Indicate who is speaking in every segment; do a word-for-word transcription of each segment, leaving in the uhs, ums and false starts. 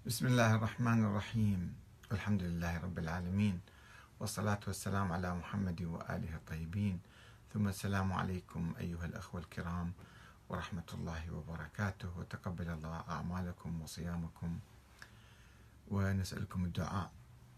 Speaker 1: بسم الله الرحمن الرحيم. الحمد لله رب العالمين، والصلاة والسلام على محمد وآله الطيبين، ثم السلام عليكم أيها الأخوة الكرام ورحمة الله وبركاته، وتقبل الله أعمالكم وصيامكم ونسألكم الدعاء.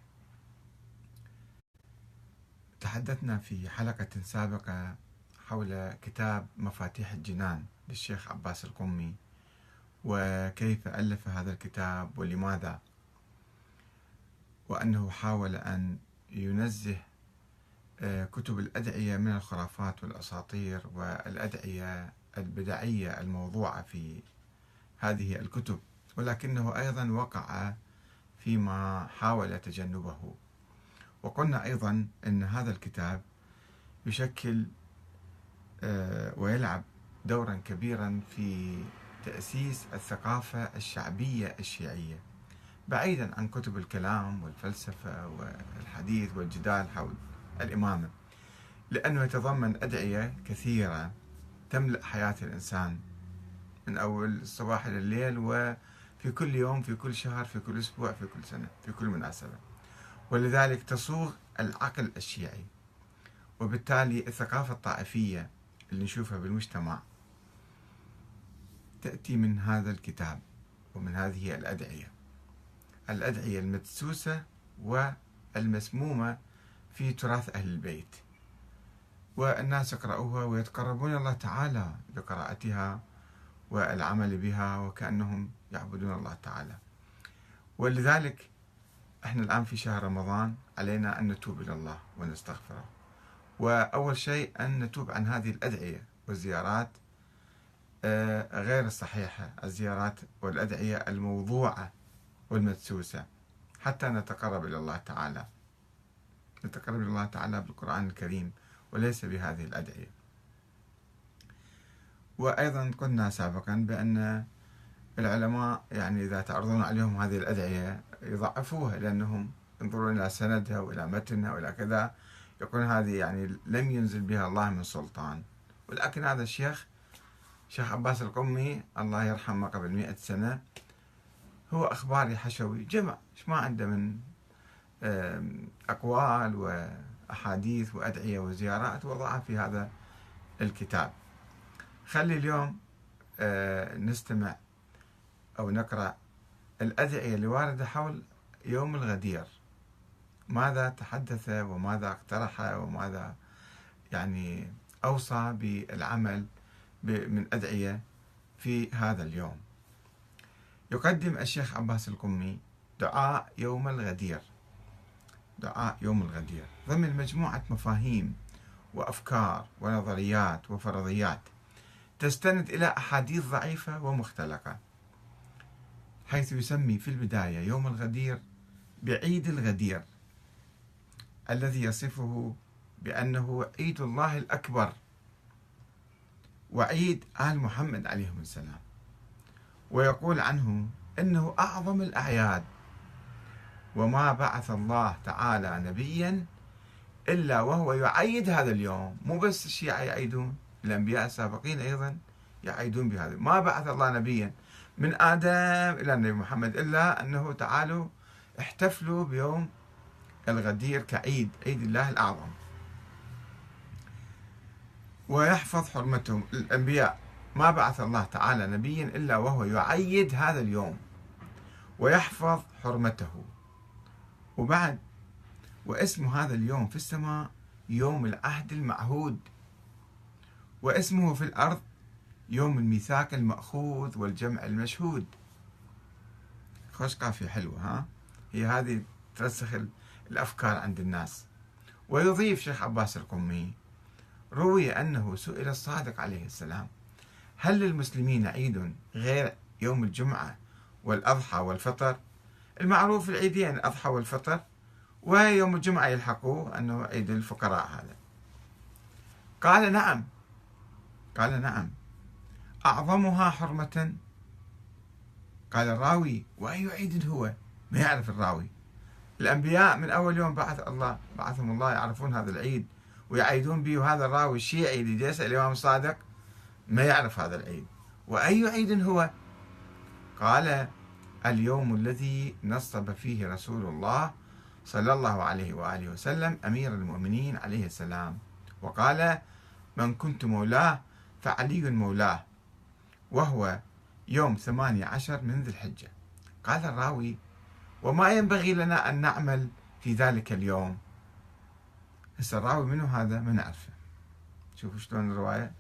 Speaker 1: تحدثنا في حلقة سابقة حول كتاب مفاتيح الجنان للشيخ عباس القمي، وكيف ألف هذا الكتاب ولماذا، وأنه حاول أن ينزه كتب الأدعية من الخرافات والأساطير والأدعية البدعية الموضوعة في هذه الكتب، ولكنه أيضا وقع فيما حاول تجنبه. وقلنا أيضا أن هذا الكتاب يشكل ويلعب دورا كبيرا في تأسيس الثقافة الشعبية الشيعية، بعيدا عن كتب الكلام والفلسفة والحديث والجدال حول الإمامة، لأنه يتضمن أدعية كثيرة تملأ حياة الإنسان من أول الصباح إلى الليل، وفي كل يوم، في كل شهر، في كل أسبوع، في كل سنة، في كل مناسبة، ولذلك تصوغ العقل الشيعي. وبالتالي الثقافة الطائفية اللي نشوفها بالمجتمع تأتي من هذا الكتاب ومن هذه الأدعية الأدعية المدسوسة والمسمومة في تراث أهل البيت، والناس يقرأوها ويتقربون الله تعالى بقراءتها والعمل بها وكأنهم يعبدون الله تعالى. ولذلك احنا الآن في شهر رمضان، علينا أن نتوب إلى الله ونستغفره، وأول شيء أن نتوب عن هذه الأدعية والزيارات غير الصحيحة، الزيارات والأدعية الموضوعة والمدسوسة، حتى نتقرب إلى الله تعالى، نتقرب إلى الله تعالى بالقرآن الكريم وليس بهذه الأدعية. وأيضا قلنا سابقا بأن العلماء يعني إذا تعرضون عليهم هذه الأدعية يضعفوها، لأنهم ينظرون إلى سندها وإلى متنها وإلى كذا، يقولون هذه يعني لم ينزل بها الله من سلطان. ولكن هذا الشيخ شيخ عباس القمي الله يرحمه قبل مئة سنة هو أخباري حشوي، جمع ما عنده من أقوال وأحاديث وأدعية وزيارات وضعها في هذا الكتاب. خلي اليوم نستمع أو نقرأ الأدعية اللي واردة حول يوم الغدير، ماذا تحدث وماذا اقترح وماذا يعني أوصى بالعمل من أدعية في هذا اليوم. يقدم الشيخ عباس القمي دعاء يوم الغدير، دعاء يوم الغدير ضمن مجموعة مفاهيم وأفكار ونظريات وفرضيات تستند إلى أحاديث ضعيفة ومختلقة، حيث يسمي في البداية يوم الغدير بعيد الغدير، الذي يصفه بأنه عيد الله الأكبر وعيد آل محمد عليهم السلام، ويقول عنه إنه أعظم الأعياد، وما بعث الله تعالى نبيا إلا وهو يعيد هذا اليوم. مو بس الشيعة يعيدون، الأنبياء السابقين أيضا يعيدون بهذا. ما بعث الله نبيا من آدم إلى النبي محمد إلا أنه تعالوا احتفلوا بيوم الغدير كعيد، عيد الله الأعظم، ويحفظ حرمتهم. الأنبياء ما بعث الله تعالى نبيا إلا وهو يعيد هذا اليوم ويحفظ حرمته. وبعد واسم هذا اليوم في السماء يوم العهد المعهود، واسمه في الأرض يوم الميثاق المأخوذ والجمع المشهود. خوش قافية حلوة، ها؟ هي هذه ترسخ الأفكار عند الناس. ويضيف شيخ عباس القمي: روي أنه سئل الصادق عليه السلام: هل للمسلمين عيد غير يوم الجمعة والأضحى والفطر؟ المعروف العيدين الأضحى والفطر، ويوم الجمعة يلحقوه أنه عيد الفقراء هذا. قال نعم، قال نعم، أعظمها حرمة. قال الراوي: وأي عيد هو؟ ما يعرف الراوي. الأنبياء من أول يوم بعث الله بعثهم الله يعرفون هذا العيد ويعيدون به، وهذا الراوي الشيعي اللي يسأل الإمام الصادق ما يعرف هذا العيد. وأي عيد هو؟ قال: اليوم الذي نصب فيه رسول الله صلى الله عليه وآله وسلم أمير المؤمنين عليه السلام، وقال: من كنت مولاه فعلي مولاه، وهو يوم ثمانية عشر من ذي الحجة. قال الراوي: وما ينبغي لنا أن نعمل في ذلك اليوم؟ هسه الراوي منو هذا؟ ما نعرفه. شوفوا شلون الرواية.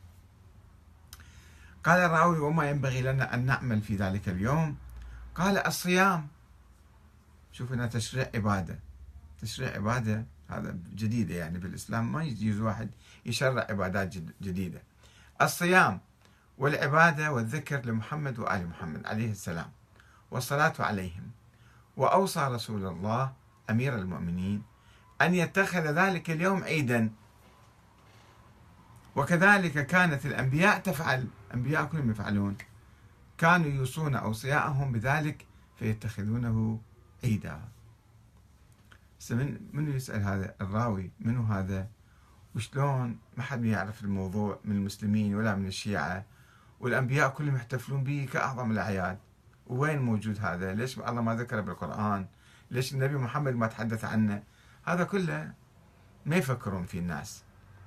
Speaker 1: قال الراوي: وما ينبغي لنا أن نعمل في ذلك اليوم؟ قال: الصيام. شوف هنا تشريع عبادة، تشريع عبادة هذا جديدة، يعني بالإسلام ما يجوز واحد يشرع عبادات جديدة. الصيام والعبادة والذكر لمحمد وآل محمد عليه السلام والصلاة عليهم. وأوصى رسول الله أمير المؤمنين أن يتخذ ذلك اليوم عيدا، وكذلك كانت الأنبياء تفعل، الأنبياء كلهم يفعلون، كانوا يوصون أوصياءهم بذلك فيتخذونه عيدا. من منو يسأل هذا الراوي؟ منو هذا؟ وشلون ما حد يعرف الموضوع من المسلمين ولا من الشيعة، والأنبياء كلهم يحتفلون به كأعظم الأعياد؟ وين موجود هذا؟ ليش الله ما ذكره بالقرآن؟ ليش النبي محمد ما تحدث عنه؟ هذا كله ما يفكرون فيه الناس.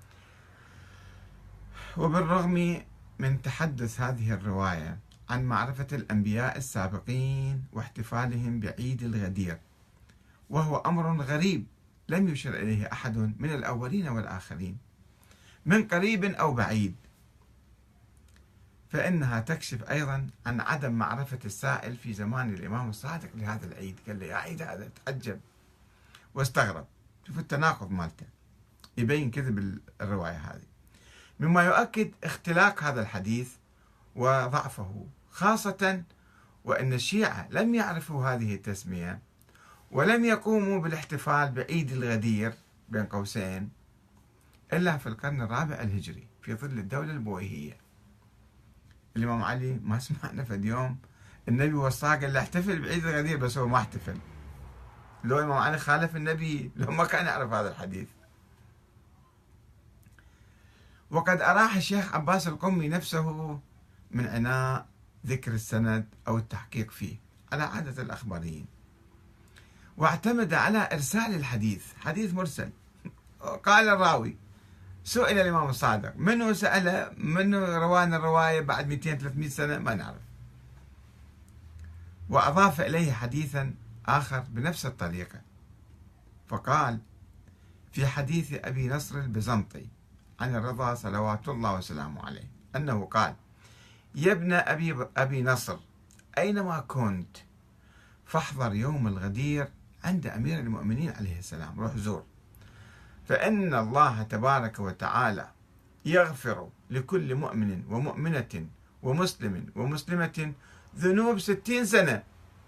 Speaker 1: وبالرغم من تحدث هذه الرواية عن معرفة الأنبياء السابقين واحتفالهم بعيد الغدير، وهو أمر غريب لم يشر إليه أحد من الأولين والآخرين من قريب أو بعيد، فإنها تكشف أيضا عن عدم معرفة السائل في زمان الإمام الصادق لهذا العيد. قال له: يا عيد هذا؟ تعجب واستغرب. شوف التناقض مالته، يبين كذب الرواية هذه، مما يؤكد اختلاق هذا الحديث وضعفه، خاصة وأن الشيعة لم يعرفوا هذه التسمية ولم يقوموا بالاحتفال بعيد الغدير بين قوسين إلا في القرن الرابع الهجري في ظل الدولة البويهية. الإمام علي ما سمعنا في اليوم النبي وصاه قال له احتفل بعيد الغدير، بس هو ما احتفل. لو الإمام علي خالف النبي لو ما كان يعرف هذا الحديث. وقد أراح الشيخ عباس القمي نفسه من عناء ذكر السند أو التحقيق فيه على عادة الأخباريين، واعتمد على إرسال الحديث، حديث مرسل. قال الراوي: سئل الإمام الصادق، منو سأله؟ منو روان الرواية بعد مئتين ثلاثمئة سنة؟ ما نعرف. وأضاف إليه حديثا آخر بنفس الطريقة، فقال في حديث أبي نصر البزنطي عن الرضا صلوات الله وسلامه عليه أنه قال: يا ابن أبي, أبي نصر، أينما كنت فاحضر يوم الغدير عند أمير المؤمنين عليه السلام، روح زور، فإن الله تبارك وتعالى يغفر لكل مؤمن ومؤمنة ومسلم ومسلمة ذنوب ستين سنة.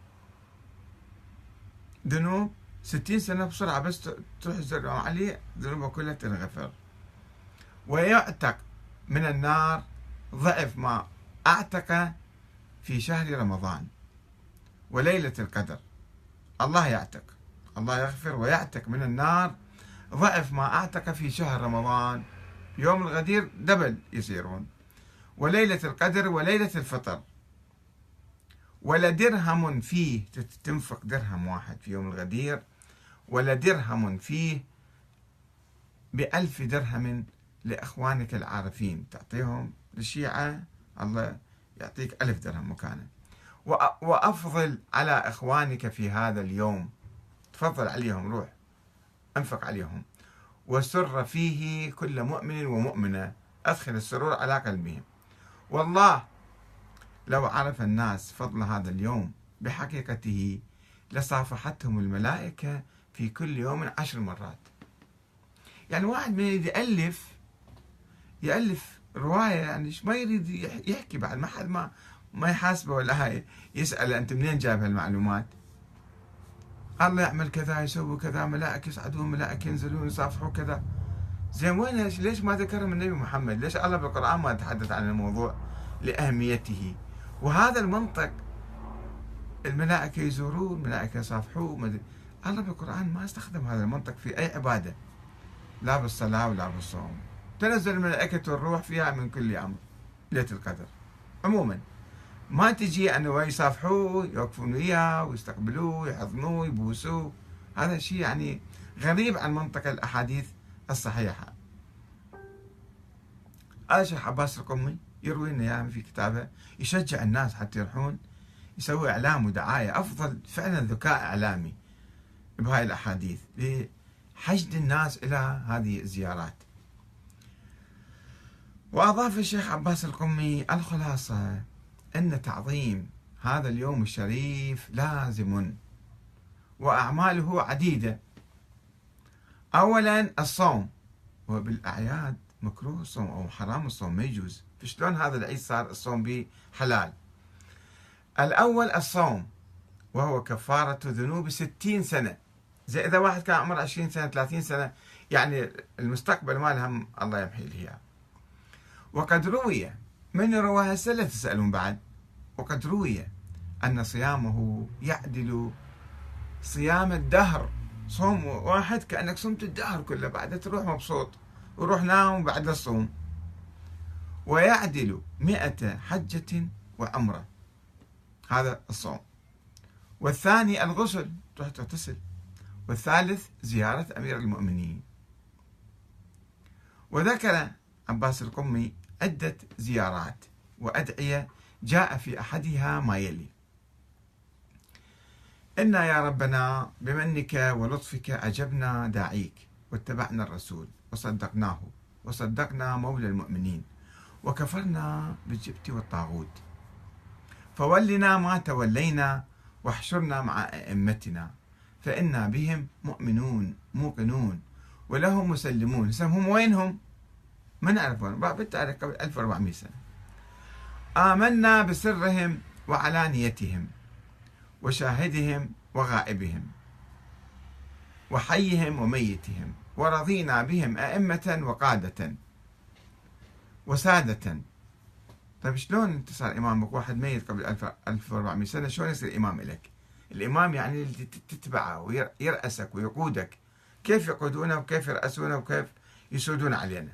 Speaker 1: ذنوب ستين سنة بسرعة، بس تروح تزور عليه ذنوبه كلها تنغفر. ويعتق من النار ضعف ما أعتق في شهر رمضان وليلة القدر. الله يعتق، الله يغفر ويعتق من النار ضعف ما أعتق في شهر رمضان. يوم الغدير دبل يصيرون، وليلة القدر وليلة الفطر. ولا درهم فيه، تنفق درهم واحد في يوم الغدير، ولا درهم فيه بألف درهم لإخوانك العارفين، تعطيهم للشيعة الله يعطيك ألف درهم مكانه. وأفضل على إخوانك في هذا اليوم، تفضل عليهم، روح أنفق عليهم. وسر فيه كل مؤمن ومؤمنة، أدخل السرور على قلبهم. والله لو عرف الناس فضل هذا اليوم بحقيقته لصافحتهم الملائكة في كل يوم عشر مرات. يعني واحد من يألف يألف رواية، يعني ما يريد يحكي بعد، ما حد ما ما يحاسبه ولا هاي يسأل أنت منين جايب هالمعلومات؟ الله يعمل كذا، يسوي كذا، ملائكة يصعدون، ملائكة ينزلون، يصافحوا كذا. زين وين؟ ليش ما ذكرهم النبي محمد؟ ليش الله بالقرآن ما تحدث عن الموضوع لأهميته؟ وهذا المنطق، الملائكة يزورون، الملائكة يصافحون، الله بالقرآن ما استخدم هذا المنطق في أي عبادة، لا بالصلاة ولا بالصوم. تنزل الملائكة والروح فيها من كل أمر، ليلة القدر عموما. ما تجي أنه يصافحوه يوقفون وياه ويستقبلوه يحضنوه يبوسوه. هذا شيء يعني غريب عن منطق الأحاديث الصحيحة. الشيخ عباس القمي يروي لنا يعني في كتابه يشجع الناس حتى يروحون، يسوي إعلام ودعاية، أفضل فعلا ذكاء إعلامي بهاي الأحاديث لحشد الناس إلى هذه الزيارات. وأضاف الشيخ عباس القمي الخلاصة أن تعظيم هذا اليوم الشريف لازم وأعماله عديدة. أولا الصوم، وبالأعياد مكروه الصوم أو حرام الصوم ما يجوز، فشلون هذا العيد صار الصوم به حلال؟ الأول الصوم وهو كفارة ذنوب ستين سنة، زي إذا واحد كان عمره عشرين سنة ثلاثين سنة يعني المستقبل مالهم الله يمحي له إياه. وقد روي، من روى هسه لا تسألون بعد، وقد روي أن صيامه يعدل صيام الدهر. صوم واحد كأنك صمت الدهر كله، بعد تروح مبسوط وروح نام بعد الصوم. ويعدل مئة حجة وعمرة، هذا الصوم. والثاني الغسل، تروح تغتسل. والثالث زيارة أمير المؤمنين. وذكر عباس القمي عدة زيارات وأدعية جاء في أحدها ما يلي: إنا يا ربنا بمنك ولطفك أجبنا داعيك واتبعنا الرسول وصدقناه وصدقنا مولى المؤمنين وكفرنا بالجبت والطاغوت، فولنا ما تولينا واحشرنا مع أئمتنا فإنا بهم مؤمنون موقنون ولهم مسلمون. هم وينهم؟ ما نعرفون، بالتاريخ قبل ألف وأربعمئة سنة. آمنا بسرهم وعلانيتهم وشاهدهم وغائبهم وحيهم وميتهم، ورضينا بهم أئمة وقادة وسادة. طيب شلون انت صار إمامك واحد ميت قبل ألف وأربعمئة سنة، شلون يصير إمام لك؟ الإمام يعني اللي تتبعه ويرأسك ويقودك. كيف يقودونه وكيف يرأسونه وكيف يسودون علينا؟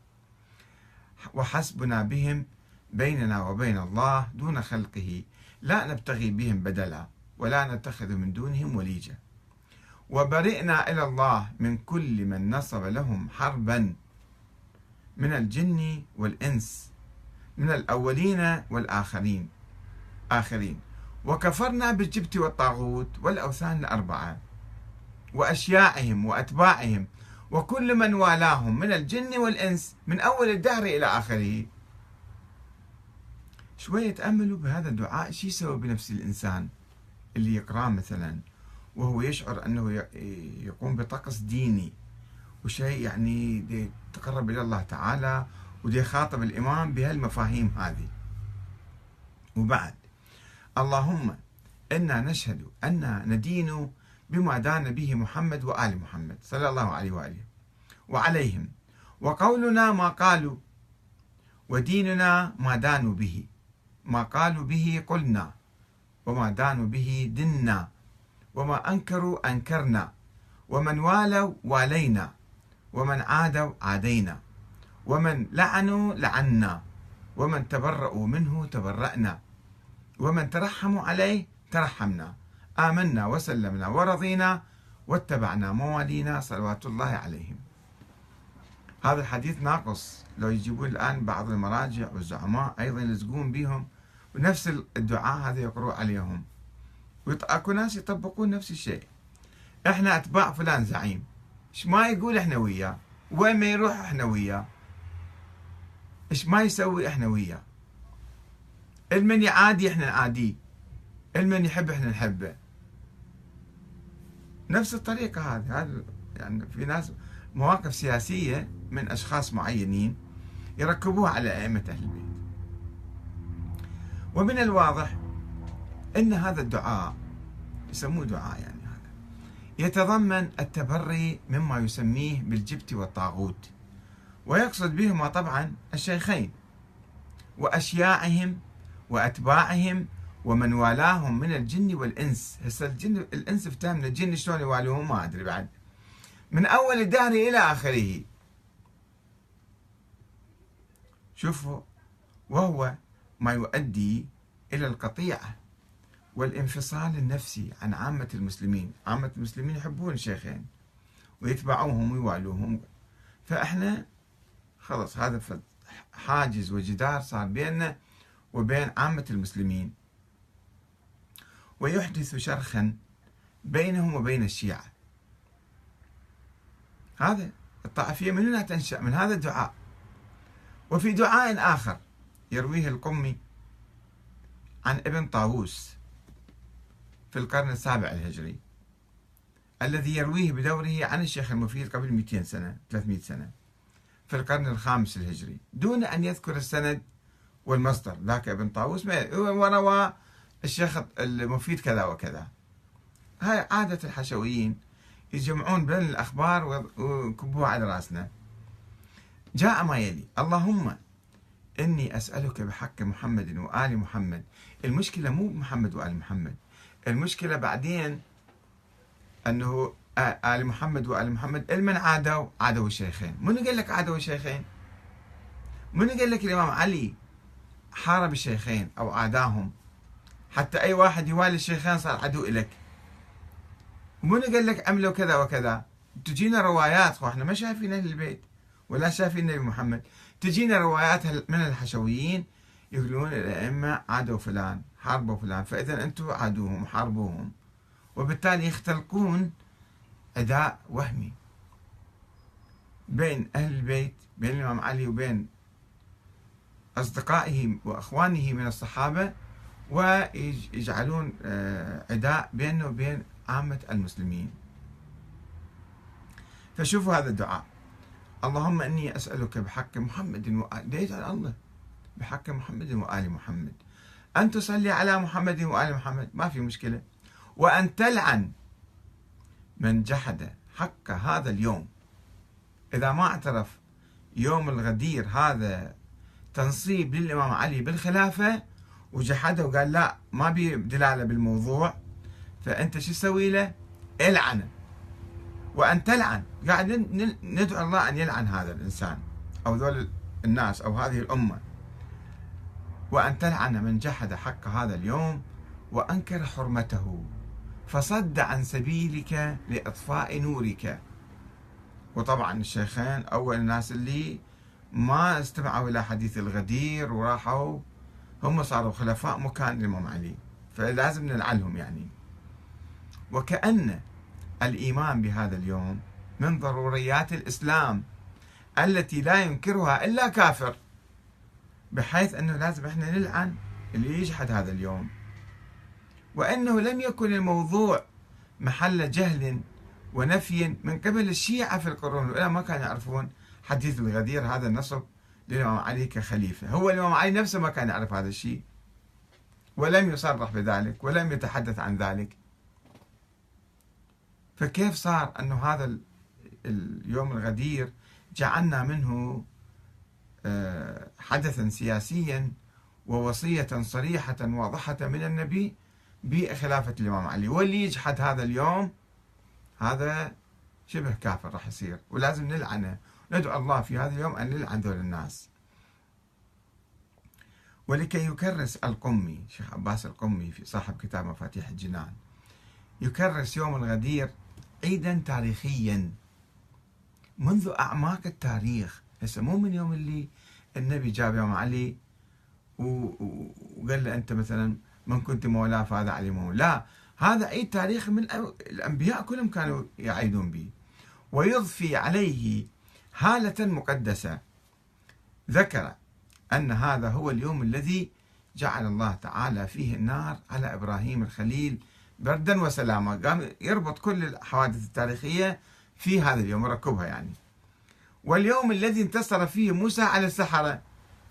Speaker 1: وحسبنا بهم بيننا وبين الله دون خلقه، لا نبتغي بهم بدلا ولا نتخذ من دونهم وليجا. وبرئنا إلى الله من كل من نصب لهم حربا من الجن والإنس من الأولين والآخرين آخرين. وكفرنا بالجبت والطاغوت والأوثان الأربعة وأشياعهم وأتباعهم وكل من والاهم من الجن والإنس من أول الدهر إلى آخره. شوية تأملوا بهذا الدعاء شو يسوي بنفس الإنسان اللي يقرأ مثلا وهو يشعر أنه يقوم بطقس ديني وشيء يعني يتقرب إلى الله تعالى ودي يخاطب الإمام بهالمفاهيم هذه. وبعد اللهم إنا نشهد أن ندين بما دان به محمد وآل محمد صلى الله عليه وآله وعليهم، وقولنا ما قالوا وديننا ما دانوا به، ما قالوا به قلنا وما دانوا به دنا، وما أنكروا أنكرنا، ومن والوا والينا، ومن عادوا عادينا، ومن لعنوا لعنا، ومن تبرؤوا منه تبرأنا، ومن ترحموا عليه ترحمنا. آمنا وسلمنا ورضينا واتبعنا موالينا صلوات الله عليهم. هذا الحديث ناقص، لو يجيبون الآن بعض المراجع والزعماء أيضا يلزقون بهم ونفس الدعاء هذا يقرؤ عليهم، وأكو ناس يطبقون نفس الشيء. احنا أتباع فلان زعيم، ايش ما يقول احنا وياه، وين ما يروح احنا وياه، ايش ما يسوي احنا وياه، المن يعادي احنا نعاديه، المن يحب احنا نحبه. نفس الطريقة هذه. هذا يعني في ناس مواقف سياسية من أشخاص معينين يركبوها على أئمة أهل البيت. ومن الواضح أن هذا الدعاء يسموه دعاء يعني هذا يتضمن التبري مما يسميه بالجبت والطاغوت، ويقصد بهما طبعا الشيخين وأشياعهم وأتباعهم ومن والاهم من الجن والإنس. هسه الجن الإنس افتهمنا، الجن شلون يوالوهم ما أدري بعد، من أول الدهر إلى آخره. شوفوا، وهو ما يؤدي إلى القطيعة والانفصال النفسي عن عامة المسلمين. عامة المسلمين يحبون الشيخين ويتبعوهم ويوالوهم، فإحنا خلص هذا حاجز وجدار صار بيننا وبين عامة المسلمين، ويحدث شرخا بينهم وبين الشيعة. هذا الطائفية من هنا تنشأ، من هذا الدعاء. وفي دعاء آخر يرويه القمي عن ابن طاووس في القرن السابع الهجري، الذي يرويه بدوره عن الشيخ المفيد قبل مئتين سنة ثلاثمئة سنة في القرن الخامس الهجري، دون أن يذكر السند والمصدر. ذاك ابن طاووس وروى الشيخ المفيد كذا وكذا. هاي عادة الحشويين، يجمعون بين الأخبار ويكبوها على رأسنا. جاء ما يلي: اللهم إني أسألك بحق محمد وآل محمد. المشكلة مو بمحمد وآل محمد، المشكلة بعدين أنه آل محمد وآل محمد المن عادوا عادوا الشيخين. من قال لك عادوا الشيخين؟ من قال لك الإمام علي حارب الشيخين أو عاداهم؟ حتى أي واحد يوالي الشيخين صار عدو إلك. من قال لك عملوا كذا وكذا؟ تجينا روايات، واحنا ما شايفين أهل البيت ولا شايفين النبي محمد، تجينا روايات من الحشويين يقولون الأئمة عادوا فلان، حاربوا فلان، فإذا أنتم عادوهم حاربوهم، وبالتالي يختلقون عداء وهمي بين أهل البيت، بين الإمام علي وبين أصدقائه وأخوانه من الصحابة، ويجعلون عداء بينه وبين عامة المسلمين. فشوفوا هذا الدعاء: اللهم إني أسألك بحق محمد وآل، ليش على الله بحق محمد وآل محمد، أن تصلي على محمد وآل محمد، ما في مشكلة، وأن تلعن من جحد حق هذا اليوم. إذا ما اعترف يوم الغدير هذا تنصيب للإمام علي بالخلافة وجحده وقال لا ما بي دلالة بالموضوع، فأنت شو تسوي له؟ العنه. وأن تلعن، قاعد ندعو الله أن يلعن هذا الإنسان أو ذول الناس أو هذه الأمة. وأن تلعن من جحد حق هذا اليوم وأنكر حرمته فصد عن سبيلك لإطفاء نورك. وطبعا الشيخين أول الناس اللي ما استمعوا إلى حديث الغدير وراحوا هم صاروا خلفاء مكان الإمام علي، فلازم نلعنهم يعني. وكأن الإيمان بهذا اليوم من ضروريات الإسلام التي لا ينكرها إلا كافر، بحيث أنه لازم إحنا نلعن اللي يجحد هذا اليوم. وأنه لم يكن الموضوع محل جهل ونفي من قبل الشيعة في القرون الأولى، ما كانوا يعرفون حديث الغدير هذا النصب للإمام علي كخليفة. هو الإمام علي نفسه ما كان يعرف هذا الشيء ولم يصرح بذلك ولم يتحدث عن ذلك. فكيف صار أنه هذا اليوم الغدير جعلنا منه حدثا سياسيا ووصية صريحة واضحة من النبي بخلافة الإمام علي، واللي يجحد هذا اليوم هذا شبه كافر راح يصير، ولازم نلعنه. ندعو الله في هذا اليوم أن نلعن ذول الناس. ولكي يكرس القمي، شيخ عباس القمي في صاحب كتاب مفاتيح الجنان، يكرس يوم الغدير عيدا تاريخيا منذ أعماق التاريخ. هسه مو من يوم اللي النبي جاب يوم علي وقال له أنت مثلا من كنت مولاه فهذا علي مولاه، لا، هذا عيد تاريخ من الأنبياء كلهم كانوا يعيدون به، ويضفي عليه هالة مقدسة. ذكر أن هذا هو اليوم الذي جعل الله تعالى فيه النار على إبراهيم الخليل بردا وسلاما. قام يربط كل الحوادث التاريخية في هذا اليوم وركبها يعني. واليوم الذي انتصر فيه موسى على السحرة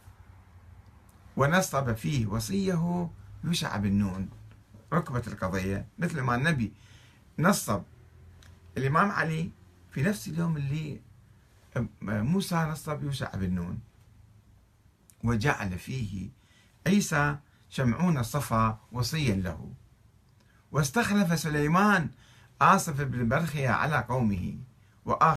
Speaker 1: ونصب فيه وصيه يوشع بن نون. ركبت القضية مثل ما النبي نصب الإمام علي في نفس اليوم اللي موسى نصب يوشع بن نون، وجعل فيه عيسى شمعون الصفا وصيا له. واستخلف سليمان آصف بن برخيا على قومه وآخر